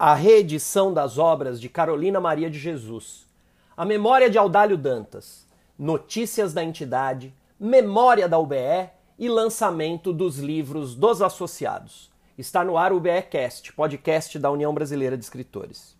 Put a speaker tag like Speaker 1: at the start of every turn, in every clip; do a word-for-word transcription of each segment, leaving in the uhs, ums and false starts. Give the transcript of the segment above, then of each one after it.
Speaker 1: a reedição das obras de Carolina Maria de Jesus, a memória de Audálio Dantas, notícias da entidade, memória da U B E e lançamento dos livros dos associados. Está no ar o UBEcast, podcast da União Brasileira de Escritores.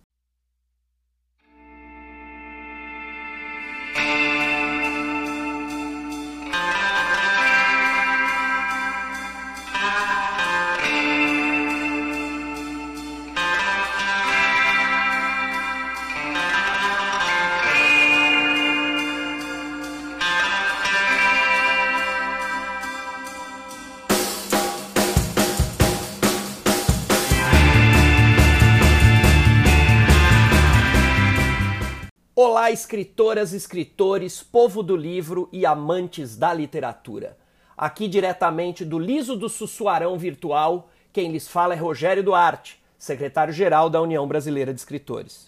Speaker 1: Olá, escritoras, escritores, povo do livro e amantes da literatura. Aqui diretamente do Liso do Sussuarão Virtual, quem lhes fala é Rogério Duarte, secretário-geral da União Brasileira de Escritores.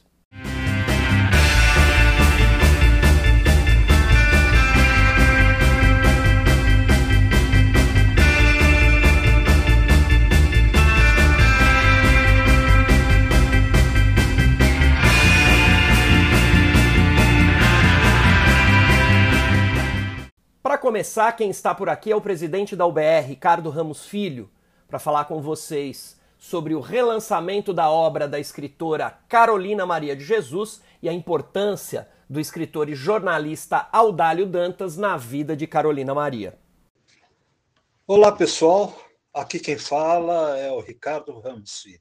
Speaker 1: Para começar, quem está por aqui é o presidente da U B E, Ricardo Ramos Filho, para falar com vocês sobre o relançamento da obra da escritora Carolina Maria de Jesus e a importância do escritor e jornalista Audálio Dantas na vida de Carolina Maria.
Speaker 2: Olá, pessoal. Aqui quem fala é o Ricardo Ramos Filho.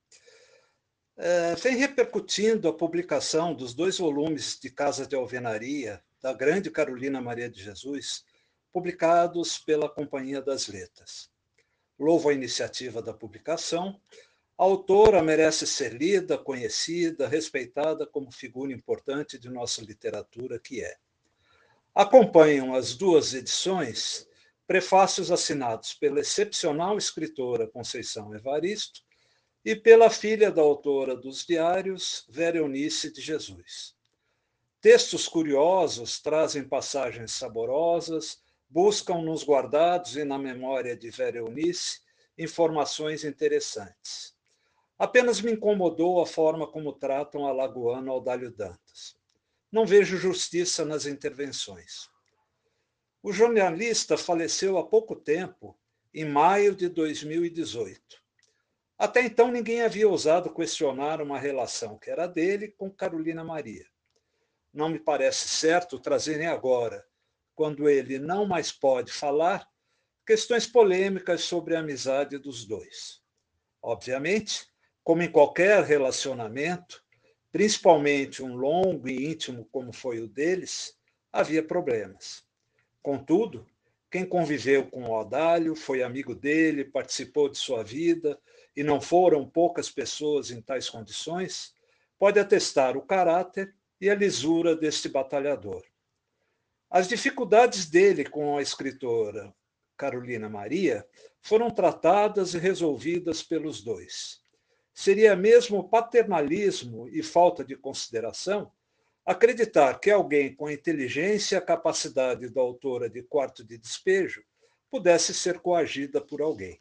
Speaker 2: É, vem repercutindo a publicação dos dois volumes de Casa de Alvenaria da grande Carolina Maria de Jesus, publicados pela Companhia das Letras. Louvo a iniciativa da publicação. A autora merece ser lida, conhecida, respeitada como figura importante de nossa literatura que é. Acompanham as duas edições prefácios assinados pela excepcional escritora Conceição Evaristo e pela filha da autora dos diários, Vera Eunice de Jesus. Textos curiosos trazem passagens saborosas, buscam nos guardados e na memória de Vera Eunice informações interessantes. Apenas me incomodou a forma como tratam a lagoano Audálio Dantas. Não vejo justiça nas intervenções. O jornalista faleceu há pouco tempo, em maio de dois mil e dezoito. Até então ninguém havia ousado questionar uma relação que era dele com Carolina Maria. Não me parece certo trazerem agora, quando ele não mais pode falar, questões polêmicas sobre a amizade dos dois. Obviamente, como em qualquer relacionamento, principalmente um longo e íntimo como foi o deles, havia problemas. Contudo, quem conviveu com o Audálio, foi amigo dele, participou de sua vida, e não foram poucas pessoas em tais condições, pode atestar o caráter e a lisura deste batalhador. As dificuldades dele com a escritora Carolina Maria foram tratadas e resolvidas pelos dois. Seria mesmo paternalismo e falta de consideração acreditar que alguém com a inteligência e a capacidade da autora de Quarto de Despejo pudesse ser coagida por alguém.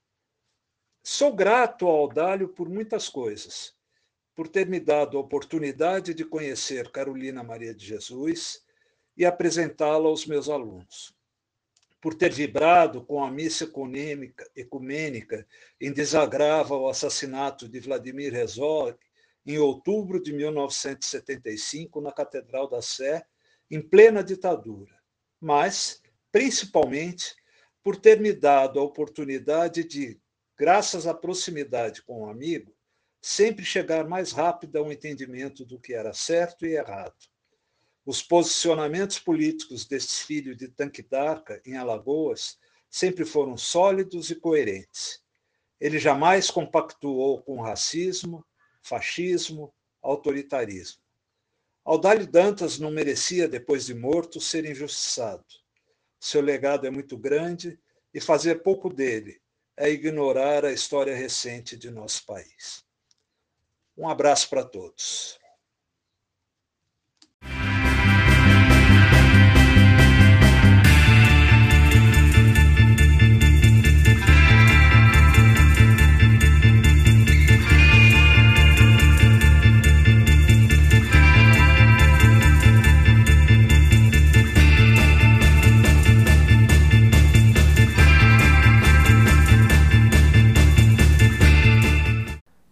Speaker 2: Sou grato ao Audálio por muitas coisas, por ter me dado a oportunidade de conhecer Carolina Maria de Jesus e apresentá-la aos meus alunos, por ter vibrado com a missa ecumênica em desagravo ao assassinato de Vladimir Herzog em outubro de mil novecentos e setenta e cinco na Catedral da Sé, em plena ditadura, mas, principalmente, por ter me dado a oportunidade de, graças à proximidade com o amigo, sempre chegar mais rápido a um entendimento do que era certo e errado. Os posicionamentos políticos deste filho de Tanque d'Arca, em Alagoas, sempre foram sólidos e coerentes. Ele jamais compactuou com racismo, fascismo, autoritarismo. Audálio Dantas não merecia, depois de morto, ser injustiçado. Seu legado é muito grande e fazer pouco dele é ignorar a história recente de nosso país. Um abraço para todos.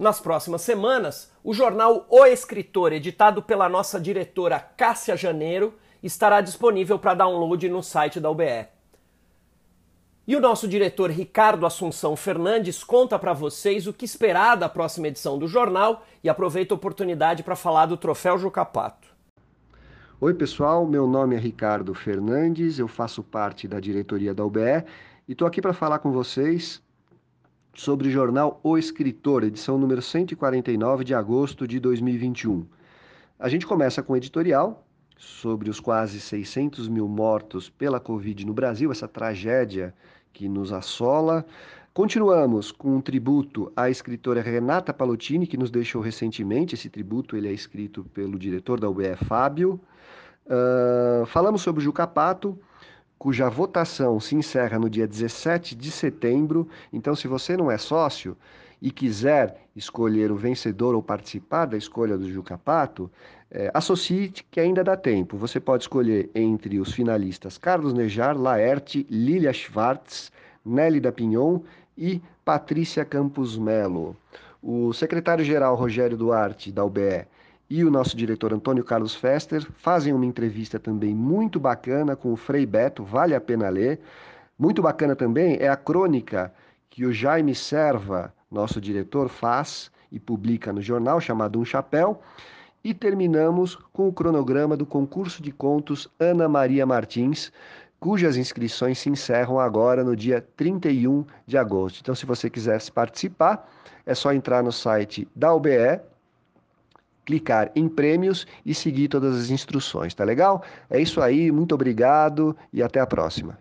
Speaker 1: Nas próximas semanas, o jornal O Escritor, editado pela nossa diretora Cássia Janeiro, estará disponível para download no site da U B E. E o nosso diretor Ricardo Assunção Fernandes conta para vocês o que esperar da próxima edição do jornal e aproveita a oportunidade para falar do Troféu Juca Pato.
Speaker 3: Oi pessoal, meu nome é Ricardo Fernandes, eu faço parte da diretoria da U B E e estou aqui para falar com vocês sobre o jornal O Escritor, edição número cento e quarenta e nove de agosto de dois mil e vinte e um. A gente começa com um editorial sobre os quase seiscentos mil mortos pela Covid no Brasil, essa tragédia que nos assola. Continuamos com um tributo à escritora Renata Pallottini, que nos deixou recentemente. Esse tributo ele é escrito pelo diretor da U B E, Fábio. Uh, falamos sobre o Juca Pato, cuja votação se encerra no dia dezessete de setembro. Então, se você não é sócio e quiser escolher o vencedor ou participar da escolha do Juca Pato, é, associe-se que ainda dá tempo. Você pode escolher entre os finalistas Carlos Nejar, Laerte, Lilia Schwartz, Nélida Pinhon e Patrícia Campos Melo. O secretário-geral Rogério Duarte, da U B E, e o nosso diretor Antônio Carlos Fester fazem uma entrevista também muito bacana com o Frei Beto, vale a pena ler. Muito bacana também é a crônica que o Jaime Serva, nosso diretor, faz e publica no jornal, chamado Um Chapéu. E terminamos com o cronograma do concurso de contos Ana Maria Martins, cujas inscrições se encerram agora no dia trinta e um de agosto. Então, se você quiser participar, é só entrar no site da U B E, clicar em prêmios e seguir todas as instruções, tá legal? É isso aí, muito obrigado e até a próxima.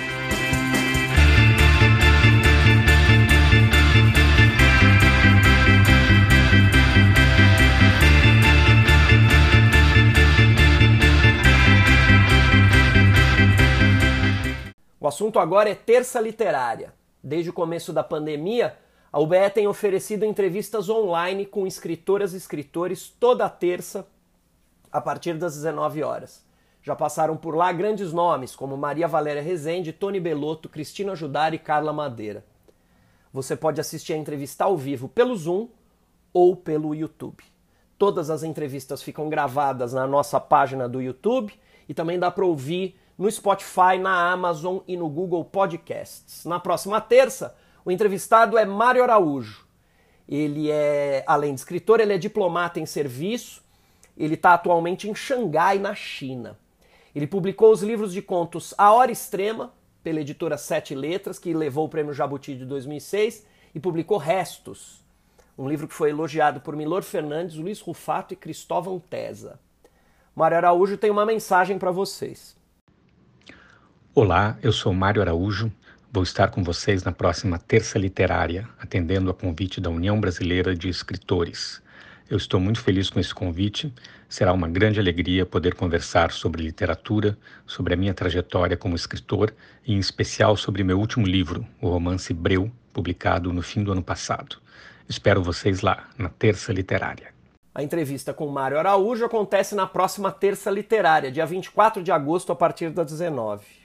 Speaker 1: O assunto agora é terça literária. Desde o começo da pandemia, a U B E tem oferecido entrevistas online com escritoras e escritores toda terça, a partir das dezenove horas. Já passaram por lá grandes nomes, como Maria Valéria Rezende, Tony Belotto, Cristina Judari e Carla Madeira. Você pode assistir a entrevista ao vivo pelo Zoom ou pelo YouTube. Todas as entrevistas ficam gravadas na nossa página do YouTube e também dá para ouvir no Spotify, na Amazon e no Google Podcasts. Na próxima terça, o entrevistado é Mário Araújo. Ele é, além de escritor, ele é diplomata em serviço. Ele está atualmente em Xangai, na China. Ele publicou os livros de contos A Hora Extrema, pela editora Sete Letras, que levou o Prêmio Jabuti de dois mil e seis, e publicou Restos, um livro que foi elogiado por Milor Fernandes, Luiz Rufato e Cristóvão Tesa. Mário Araújo tem uma mensagem para vocês.
Speaker 4: Olá, eu sou Mário Araújo. Vou estar com vocês na próxima Terça Literária, atendendo a convite da União Brasileira de Escritores. Eu estou muito feliz com esse convite. Será uma grande alegria poder conversar sobre literatura, sobre a minha trajetória como escritor e, em especial, sobre meu último livro, o romance Breu, publicado no fim do ano passado. Espero vocês lá, na Terça Literária.
Speaker 1: A entrevista com Mário Araújo acontece na próxima Terça Literária, dia vinte e quatro de agosto, a partir das dezenove.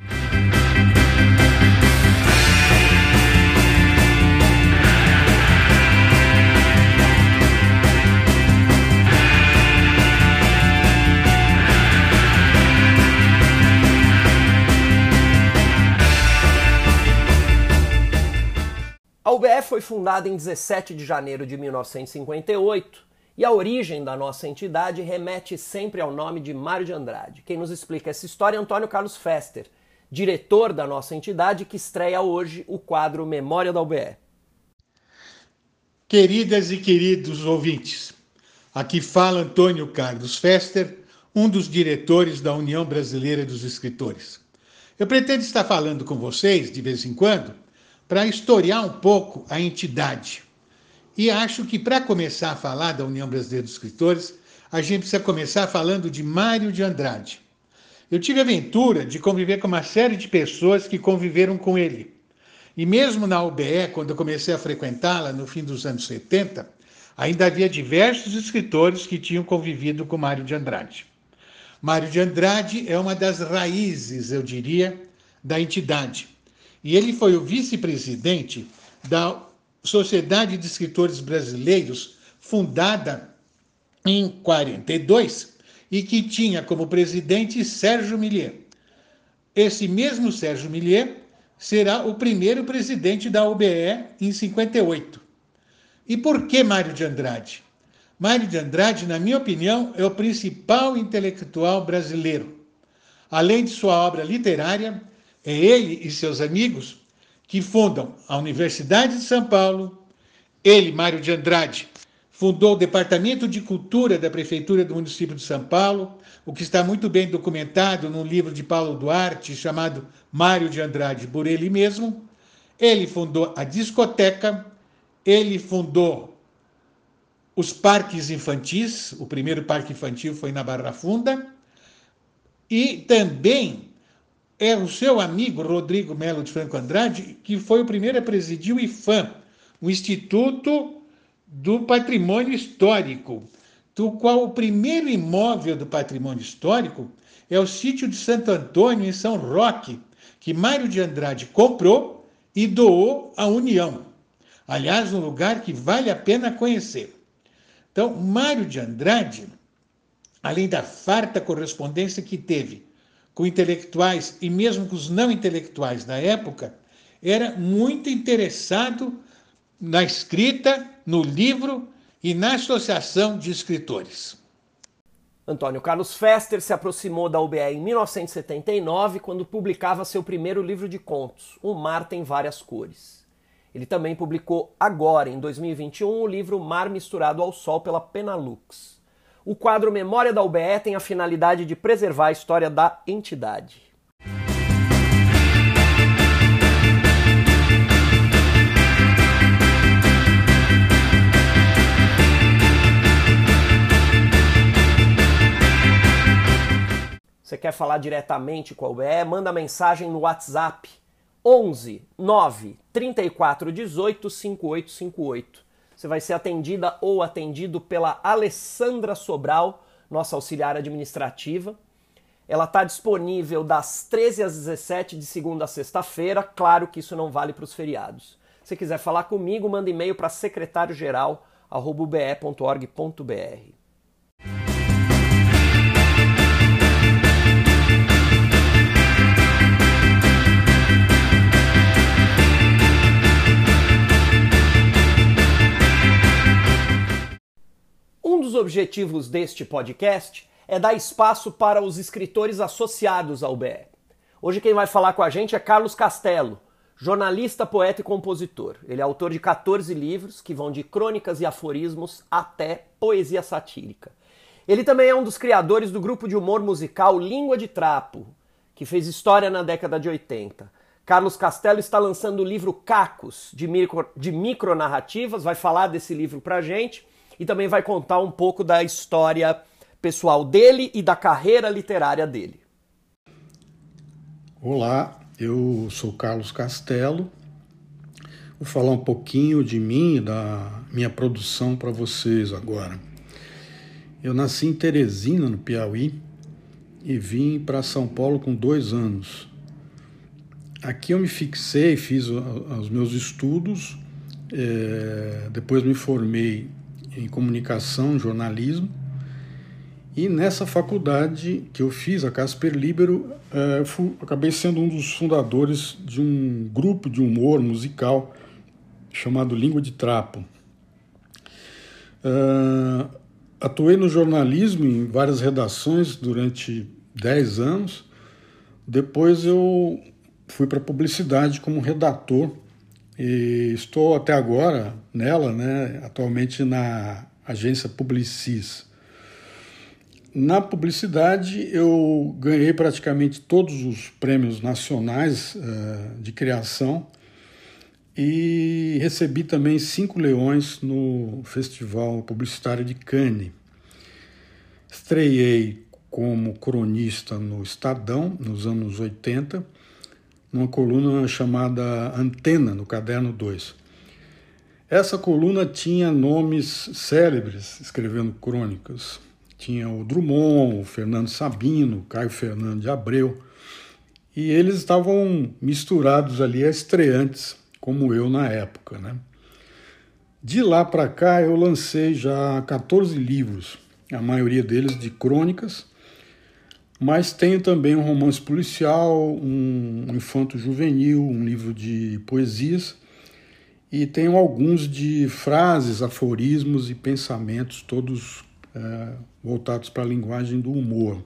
Speaker 1: A U B E foi fundada em dezessete de janeiro de mil novecentos e cinquenta e oito e a origem da nossa entidade remete sempre ao nome de Mário de Andrade. Quem nos explica essa história é Antônio Carlos Fester, diretor da nossa entidade, que estreia hoje o quadro Memória da U B E.
Speaker 5: Queridas e queridos ouvintes, aqui fala Antônio Carlos Fester, um dos diretores da União Brasileira dos Escritores. Eu pretendo estar falando com vocês, de vez em quando, para historiar um pouco a entidade. E acho que, para começar a falar da União Brasileira dos Escritores, a gente precisa começar falando de Mário de Andrade. Eu tive a aventura de conviver com uma série de pessoas que conviveram com ele. E mesmo na U B E, quando eu comecei a frequentá-la no fim dos anos setenta, ainda havia diversos escritores que tinham convivido com Mário de Andrade. Mário de Andrade é uma das raízes, eu diria, da entidade. E ele foi o vice-presidente da Sociedade de Escritores Brasileiros, fundada em quarenta e dois, e que tinha como presidente Sérgio Milliet. Esse mesmo Sérgio Milliet será o primeiro presidente da U B E em cinquenta e oito. E por que Mário de Andrade? Mário de Andrade, na minha opinião, é o principal intelectual brasileiro. Além de sua obra literária, é ele e seus amigos que fundam a Universidade de São Paulo. Ele, Mário de Andrade, fundou o Departamento de Cultura da Prefeitura do município de São Paulo, o que está muito bem documentado num livro de Paulo Duarte chamado Mário de Andrade, por ele mesmo. Ele fundou a discoteca, ele fundou os parques infantis, o primeiro parque infantil foi na Barra Funda, e também é o seu amigo Rodrigo Melo de Franco Andrade, que foi o primeiro a presidir o I F A M, o Instituto do Patrimônio Histórico, do qual o primeiro imóvel do patrimônio histórico é o sítio de Santo Antônio, em São Roque, que Mário de Andrade comprou e doou à União. Aliás, um lugar que vale a pena conhecer. Então, Mário de Andrade, além da farta correspondência que teve com intelectuais e mesmo com os não intelectuais da época, era muito interessado na escrita, no livro e na associação de escritores.
Speaker 1: Antônio Carlos Fester se aproximou da U B E em mil novecentos e setenta e nove, quando publicava seu primeiro livro de contos, O Mar Tem Várias Cores. Ele também publicou agora, em dois mil e vinte e um, o livro Mar Misturado ao Sol, pela Penalux. O quadro Memória da U B E tem a finalidade de preservar a história da entidade. Você quer falar diretamente com a U B E? Manda mensagem no WhatsApp onze nove trinta e quatro dezoito cinquenta e oito cinquenta e oito. Você vai ser atendida ou atendido pela Alessandra Sobral, nossa auxiliar administrativa. Ela está disponível das treze às dezessete, de segunda a sexta-feira. Claro que isso não vale para os feriados. Se quiser falar comigo, manda e-mail para secretário geral arroba u b e ponto org ponto b r. Um dos objetivos deste podcast é dar espaço para os escritores associados ao U B E. Hoje quem vai falar com a gente é Carlos Castelo, jornalista, poeta e compositor. Ele é autor de quatorze livros, que vão de crônicas e aforismos até poesia satírica. Ele também é um dos criadores do grupo de humor musical Língua de Trapo, que fez história na década de oitenta. Carlos Castelo está lançando o livro Cacos, de, micro, de micronarrativas, vai falar desse livro pra gente e também vai contar um pouco da história pessoal dele e da carreira literária dele.
Speaker 6: Olá, eu sou Carlos Castelo. Vou falar um pouquinho de mim e da minha produção para vocês agora. Eu nasci em Teresina, no Piauí, e vim para São Paulo com dois anos. Aqui eu me fixei, fiz os meus estudos, é, depois me formei em comunicação, jornalismo, e nessa faculdade que eu fiz, a Casper Libero, é, fui, acabei sendo um dos fundadores de um grupo de humor musical chamado Língua de Trapo. É, atuei no jornalismo em várias redações durante dez anos. Depois eu fui para a publicidade como redator e estou até agora nela, né, atualmente na agência Publicis. Na publicidade eu ganhei praticamente todos os prêmios nacionais uh, de criação e recebi também cinco leões no Festival Publicitário de Cannes. Estreiei como cronista no Estadão, nos anos oitenta, numa coluna chamada Antena, no Caderno dois. Essa coluna tinha nomes célebres escrevendo crônicas. Tinha o Drummond, o Fernando Sabino, o Caio Fernando de Abreu, e eles estavam misturados ali a estreantes, como eu na época, né? De lá para cá eu lancei já quatorze livros, a maioria deles de crônicas, mas tenho também um romance policial, um infanto-juvenil, um livro de poesias, e tenho alguns de frases, aforismos e pensamentos, todos é, voltados para a linguagem do humor.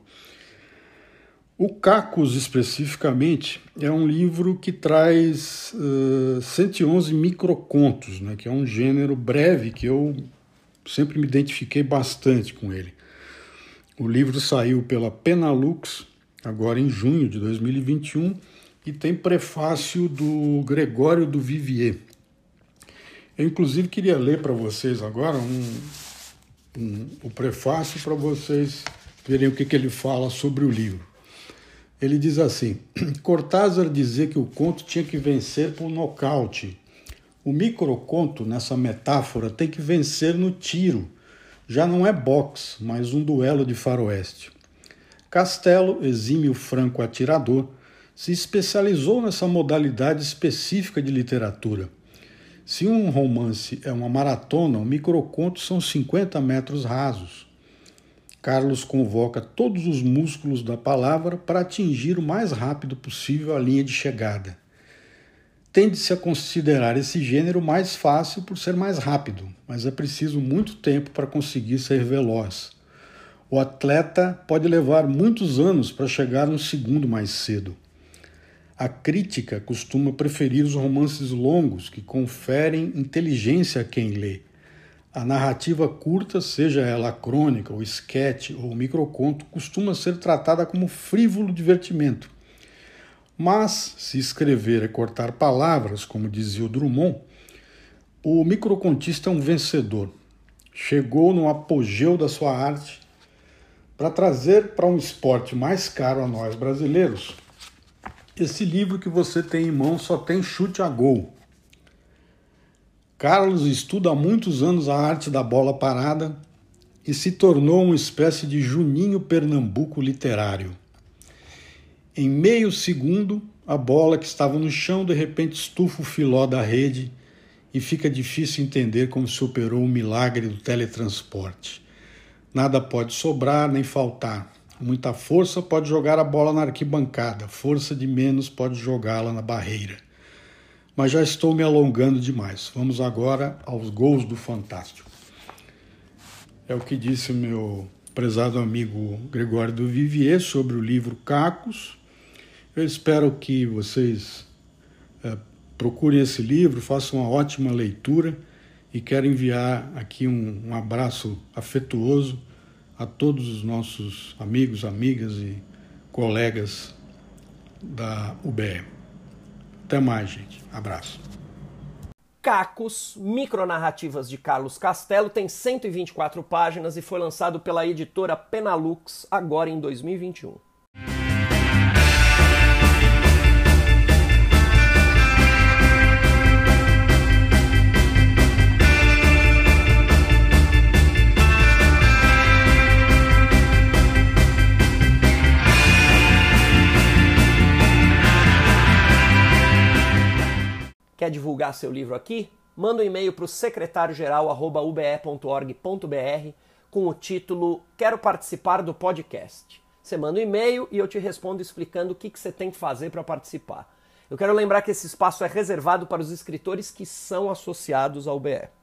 Speaker 6: O Cacos, especificamente, é um livro que traz uh, cento e onze microcontos, né, que é um gênero breve que eu sempre me identifiquei bastante com ele. O livro saiu pela Penalux, agora em junho de dois mil e vinte e um, e tem prefácio do Gregório do Vivier. Eu, inclusive, queria ler para vocês agora um, um, o prefácio para vocês verem o que, que ele fala sobre o livro. Ele diz assim: Cortázar dizia que o conto tinha que vencer por nocaute. O microconto, nessa metáfora, tem que vencer no tiro. Já não é boxe, mas um duelo de faroeste. Castelo, exímio franco atirador, se especializou nessa modalidade específica de literatura. Se um romance é uma maratona, um microconto são cinquenta metros rasos. Carlos convoca todos os músculos da palavra para atingir o mais rápido possível a linha de chegada. Tende-se a considerar esse gênero mais fácil por ser mais rápido, mas é preciso muito tempo para conseguir ser veloz. O atleta pode levar muitos anos para chegar um segundo mais cedo. A crítica costuma preferir os romances longos que conferem inteligência a quem lê. A narrativa curta, seja ela crônica, ou esquete, ou microconto, costuma ser tratada como frívolo divertimento. Mas, se escrever é cortar palavras, como dizia o Drummond, o microcontista é um vencedor. Chegou no apogeu da sua arte para trazer para um esporte mais caro a nós brasileiros. Esse livro que você tem em mão só tem chute a gol. Carlos estuda há muitos anos a arte da bola parada e se tornou uma espécie de Juninho Pernambuco literário. Em meio segundo, a bola que estava no chão de repente estufa o filó da rede e fica difícil entender como se operou o milagre do teletransporte. Nada pode sobrar nem faltar. Muita força pode jogar a bola na arquibancada, força de menos pode jogá-la na barreira. Mas já estou me alongando demais. Vamos agora aos gols do Fantástico. É o que disse o meu prezado amigo Gregório do Vivier sobre o livro Cacos. Eu espero que vocês é, procurem esse livro, façam uma ótima leitura e quero enviar aqui um, um abraço afetuoso a todos os nossos amigos, amigas e colegas da U B E. Até mais, gente. Abraço.
Speaker 1: Cacos, micronarrativas de Carlos Castelo, tem cento e vinte e quatro páginas e foi lançado pela editora Penalux agora em dois mil e vinte e um. Quer divulgar seu livro aqui? Manda um e-mail para o secretário-geral arroba u b e ponto org ponto b r com o título Quero participar do podcast. Você manda um e-mail e eu te respondo explicando o que, que você tem que fazer para participar. Eu quero lembrar que esse espaço é reservado para os escritores que são associados ao U B E.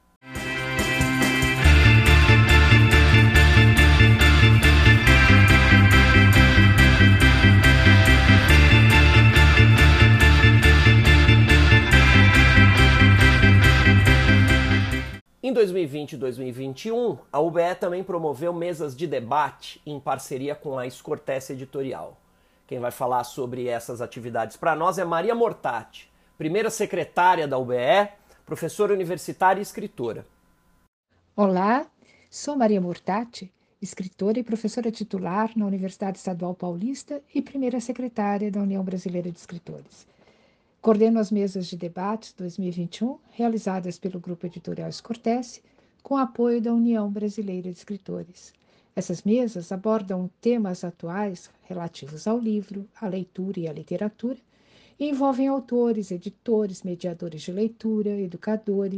Speaker 1: Em dois mil e vinte e dois mil e vinte e um, a U B E também promoveu mesas de debate em parceria com a Escortece Editorial. Quem vai falar sobre essas atividades para nós é Maria Mortati, primeira secretária da U B E, professora universitária e escritora.
Speaker 7: Olá, sou Maria Mortati, escritora e professora titular na Universidade Estadual Paulista e primeira secretária da União Brasileira de Escritores. Coordeno as mesas de debates dois mil e vinte e um, realizadas pelo Grupo Editorial Escortece, com apoio da União Brasileira de Escritores. Essas mesas abordam temas atuais relativos ao livro, à leitura e à literatura, e envolvem autores, editores, mediadores de leitura, educadores,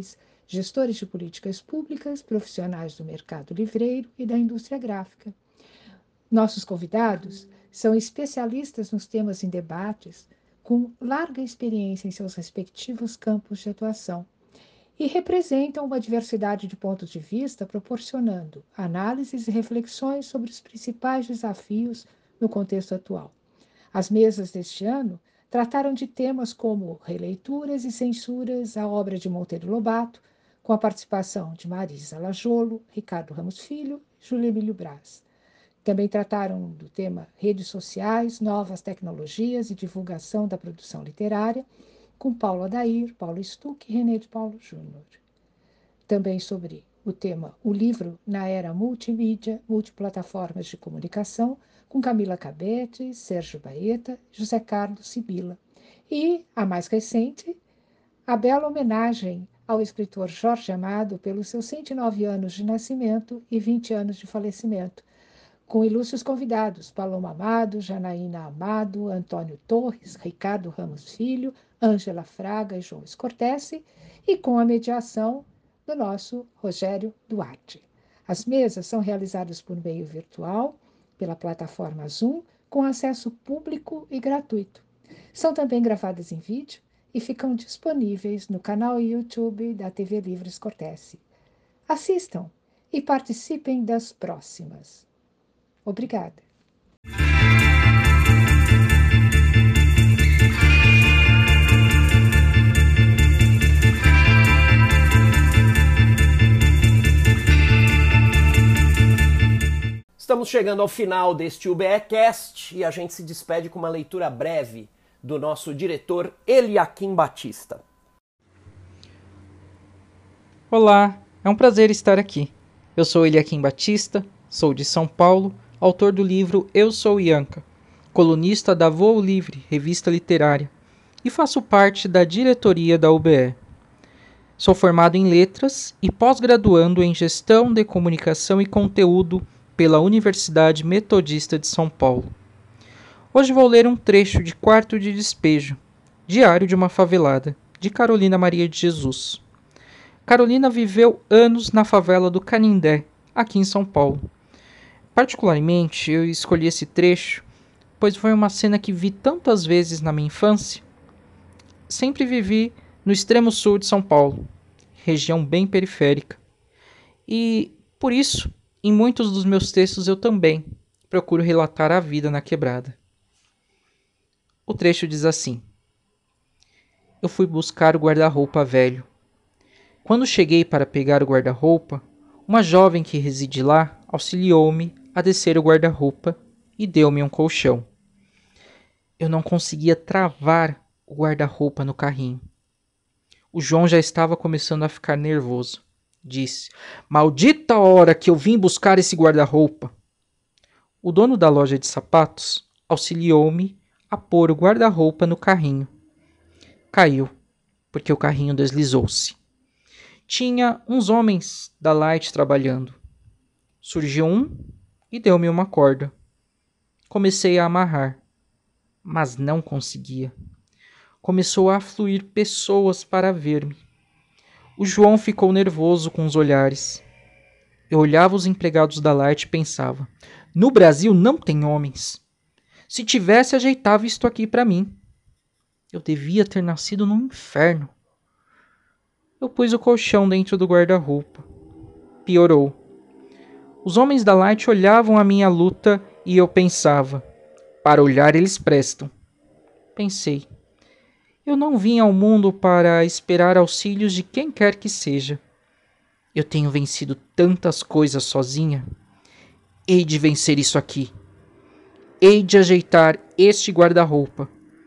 Speaker 7: gestores de políticas públicas, profissionais do mercado livreiro e da indústria gráfica. Nossos convidados são especialistas nos temas em debates, com larga experiência em seus respectivos campos de atuação, e representam uma diversidade de pontos de vista, proporcionando análises e reflexões sobre os principais desafios no contexto atual. As mesas deste ano trataram de temas como releituras e censuras à obra de Monteiro Lobato, com a participação de Marisa Lajolo, Ricardo Ramos Filho e Júlio Emílio Braz. Também trataram do tema redes sociais, novas tecnologias e divulgação da produção literária, com Paulo Adair, Paulo Stuck e René de Paulo Júnior. Também sobre o tema O Livro na Era Multimídia, Multiplataformas de Comunicação, com Camila Cabete, Sérgio Baeta, José Carlos Sibila. E, a mais recente, a bela homenagem ao escritor Jorge Amado pelos seus cento e nove anos de nascimento e vinte anos de falecimento, com ilustres convidados, Paloma Amado, Janaína Amado, Antônio Torres, Ricardo Ramos Filho, Ângela Fraga e João Scortese, e com a mediação do nosso Rogério Duarte. As mesas são realizadas por meio virtual, pela plataforma Zoom, com acesso público e gratuito. São também gravadas em vídeo e ficam disponíveis no canal YouTube da T V Livre Scortese. Assistam e participem das próximas. Obrigada.
Speaker 1: Estamos chegando ao final deste U B E Cast e a gente se despede com uma leitura breve do nosso diretor Eliakim Batista.
Speaker 8: Olá, é um prazer estar aqui. Eu sou Eliakim Batista, sou de São Paulo, autor do livro Eu Sou Ianca, colunista da Voo Livre, revista literária, e faço parte da diretoria da U B E. Sou formado em letras e pós-graduando em gestão de comunicação e conteúdo pela Universidade Metodista de São Paulo. Hoje vou ler um trecho de Quarto de Despejo, Diário de uma Favelada, de Carolina Maria de Jesus. Carolina viveu anos na favela do Canindé, aqui em São Paulo. Particularmente, eu escolhi esse trecho, pois foi uma cena que vi tantas vezes na minha infância. Sempre vivi no extremo sul de São Paulo, região bem periférica. E, por isso, em muitos dos meus textos eu também procuro relatar a vida na quebrada. O trecho diz assim: Eu fui buscar o guarda-roupa velho. Quando cheguei para pegar o guarda-roupa, uma jovem que reside lá auxiliou-me a descer o guarda-roupa e deu-me um colchão. Eu não conseguia travar o guarda-roupa no carrinho. O João já estava começando a ficar nervoso. Disse: Maldita hora que eu vim buscar esse guarda-roupa. O dono da loja de sapatos auxiliou-me a pôr o guarda-roupa no carrinho. Caiu, porque o carrinho deslizou-se. Tinha uns homens da Light trabalhando. Surgiu um e deu-me uma corda. Comecei a amarrar, mas não conseguia. Começou a afluir pessoas para ver-me. O João ficou nervoso com os olhares. Eu olhava os empregados da Light e pensava: no Brasil não tem homens. Se tivesse, ajeitava isto aqui para mim. Eu devia ter nascido no inferno. Eu pus o colchão dentro do guarda-roupa. Piorou. Os homens da Light olhavam a minha luta e eu pensava: para olhar eles prestam. Pensei: eu não vim ao mundo para esperar auxílios de quem quer que seja. Eu tenho vencido tantas coisas sozinha. Hei de vencer isso aqui. Hei de ajeitar este guarda-roupa.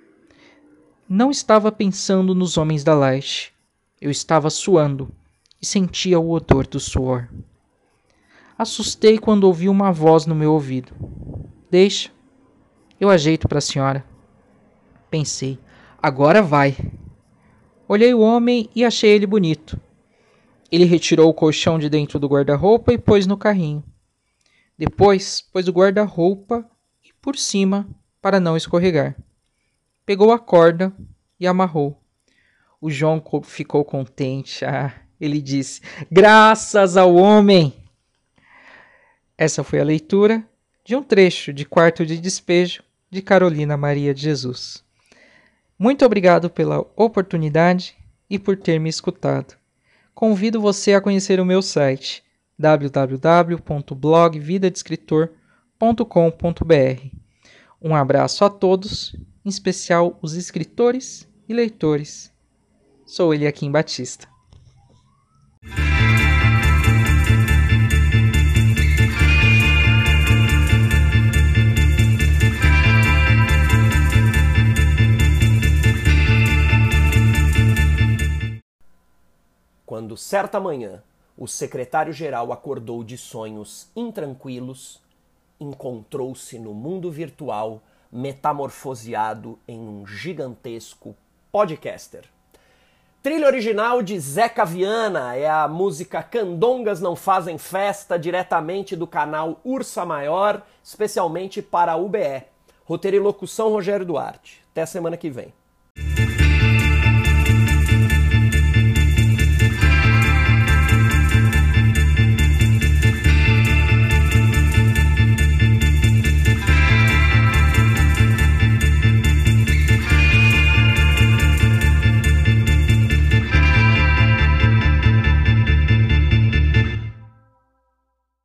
Speaker 8: Não estava pensando nos homens da Light. Eu estava suando e sentia o odor do suor. Assustei quando ouvi uma voz no meu ouvido. Deixa, eu ajeito para a senhora. Pensei: agora vai. Olhei o homem e achei ele bonito. Ele retirou o colchão de dentro do guarda-roupa e pôs no carrinho. Depois, pôs o guarda-roupa e por cima para não escorregar. Pegou a corda e amarrou. O João ficou contente. Ah, Ele disse: graças ao homem. Essa foi a leitura de um trecho de Quarto de Despejo de Carolina Maria de Jesus. Muito obrigado pela oportunidade e por ter me escutado. Convido você a conhecer o meu site w w w ponto blog vida de escritor ponto com ponto b r. Um abraço a todos, em especial os escritores e leitores. Sou Eliakim Batista.
Speaker 1: Quando certa manhã o secretário-geral acordou de sonhos intranquilos, encontrou-se no mundo virtual metamorfoseado em um gigantesco podcaster. Trilha original de Zeca Viana é a música Candongas Não Fazem Festa, diretamente do canal Ursa Maior, especialmente para a U B E. Roteiro e locução Rogério Duarte. Até a semana que vem.